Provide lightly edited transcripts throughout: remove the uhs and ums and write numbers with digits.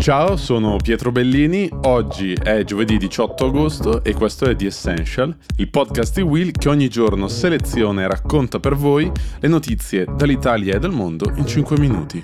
Ciao, sono Pietro Bellini, oggi è giovedì 18 agosto e questo è The Essential, il podcast di Will che ogni giorno seleziona e racconta per voi le notizie dall'Italia e dal mondo in 5 minuti.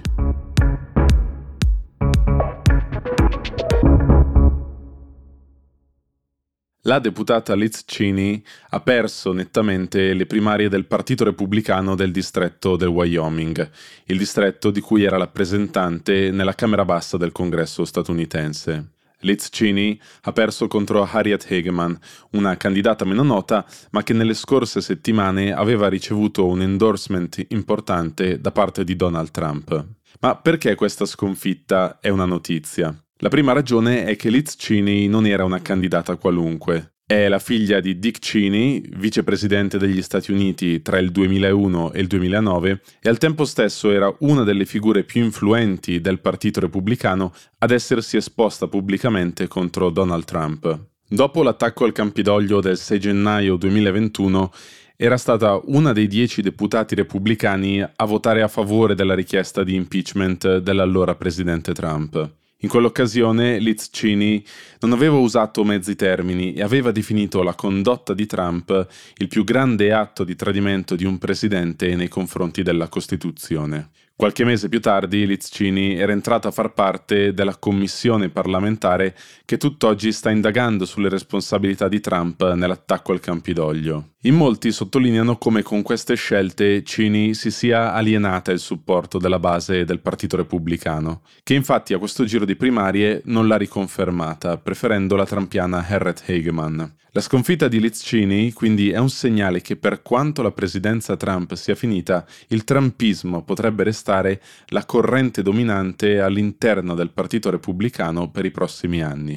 La deputata Liz Cheney ha perso nettamente le primarie del Partito Repubblicano del distretto del Wyoming, il distretto di cui era rappresentante nella Camera Bassa del Congresso statunitense. Liz Cheney ha perso contro Harriet Hageman, una candidata meno nota, ma che nelle scorse settimane aveva ricevuto un endorsement importante da parte di Donald Trump. Ma perché questa sconfitta è una notizia? La prima ragione è che Liz Cheney non era una candidata qualunque. È la figlia di Dick Cheney, vicepresidente degli Stati Uniti tra il 2001 e il 2009, e al tempo stesso era una delle figure più influenti del Partito Repubblicano ad essersi esposta pubblicamente contro Donald Trump. Dopo l'attacco al Campidoglio del 6 gennaio 2021, era stata una dei 10 deputati repubblicani a votare a favore della richiesta di impeachment dell'allora presidente Trump. In quell'occasione Liz Cheney non aveva usato mezzi termini e aveva definito la condotta di Trump il più grande atto di tradimento di un presidente nei confronti della Costituzione. Qualche mese più tardi Liz Cheney era entrata a far parte della commissione parlamentare che tutt'oggi sta indagando sulle responsabilità di Trump nell'attacco al Campidoglio. In molti sottolineano come con queste scelte Cheney si sia alienata il supporto della base del Partito Repubblicano, che infatti a questo giro di primarie non l'ha riconfermata, preferendo la trampiana Harriet Hageman. La sconfitta di Liz Cheney quindi è un segnale che per quanto la presidenza Trump sia finita, il trumpismo potrebbe restare la corrente dominante all'interno del Partito Repubblicano per i prossimi anni.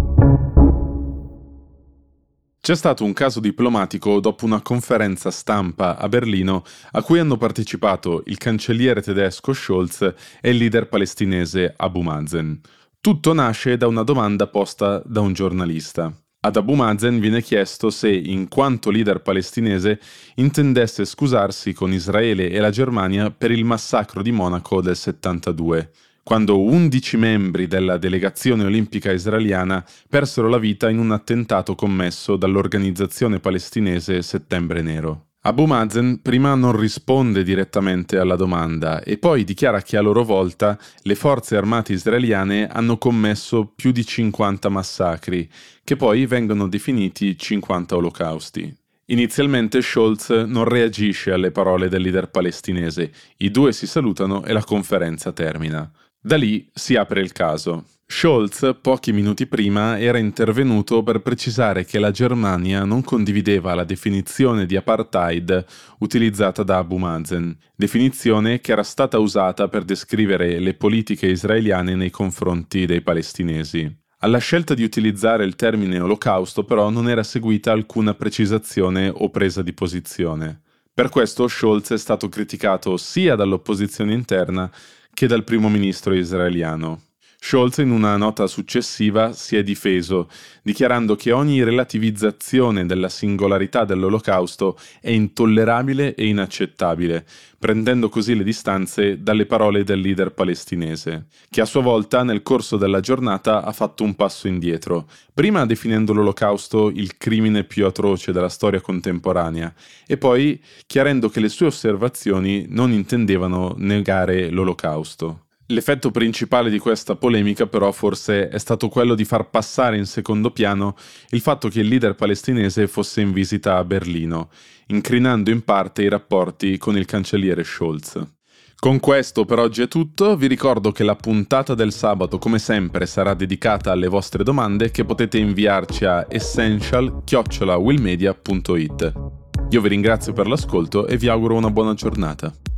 C'è stato un caso diplomatico dopo una conferenza stampa a Berlino a cui hanno partecipato il cancelliere tedesco Scholz e il leader palestinese Abu Mazen. Tutto nasce da una domanda posta da un giornalista. Ad Abu Mazen viene chiesto se, in quanto leader palestinese, intendesse scusarsi con Israele e la Germania per il massacro di Monaco del 72, quando 11 membri della delegazione olimpica israeliana persero la vita in un attentato commesso dall'organizzazione palestinese Settembre Nero. Abu Mazen prima non risponde direttamente alla domanda e poi dichiara che a loro volta le forze armate israeliane hanno commesso più di 50 massacri, che poi vengono definiti 50 olocausti. Inizialmente Scholz non reagisce alle parole del leader palestinese, i due si salutano e la conferenza termina. Da lì si apre il caso. Scholz, pochi minuti prima, era intervenuto per precisare che la Germania non condivideva la definizione di apartheid utilizzata da Abu Mazen, definizione che era stata usata per descrivere le politiche israeliane nei confronti dei palestinesi. Alla scelta di utilizzare il termine olocausto però non era seguita alcuna precisazione o presa di posizione. Per questo Scholz è stato criticato sia dall'opposizione interna che dal primo ministro israeliano. Scholz in una nota successiva si è difeso, dichiarando che ogni relativizzazione della singolarità dell'Olocausto è intollerabile e inaccettabile, prendendo così le distanze dalle parole del leader palestinese, che a sua volta nel corso della giornata ha fatto un passo indietro, prima definendo l'Olocausto il crimine più atroce della storia contemporanea, e poi chiarendo che le sue osservazioni non intendevano negare l'Olocausto. L'effetto principale di questa polemica però forse è stato quello di far passare in secondo piano il fatto che il leader palestinese fosse in visita a Berlino, incrinando in parte i rapporti con il cancelliere Scholz. Con questo per oggi è tutto, vi ricordo che la puntata del sabato come sempre sarà dedicata alle vostre domande che potete inviarci a essential@willmedia.it. Io vi ringrazio per l'ascolto e vi auguro una buona giornata.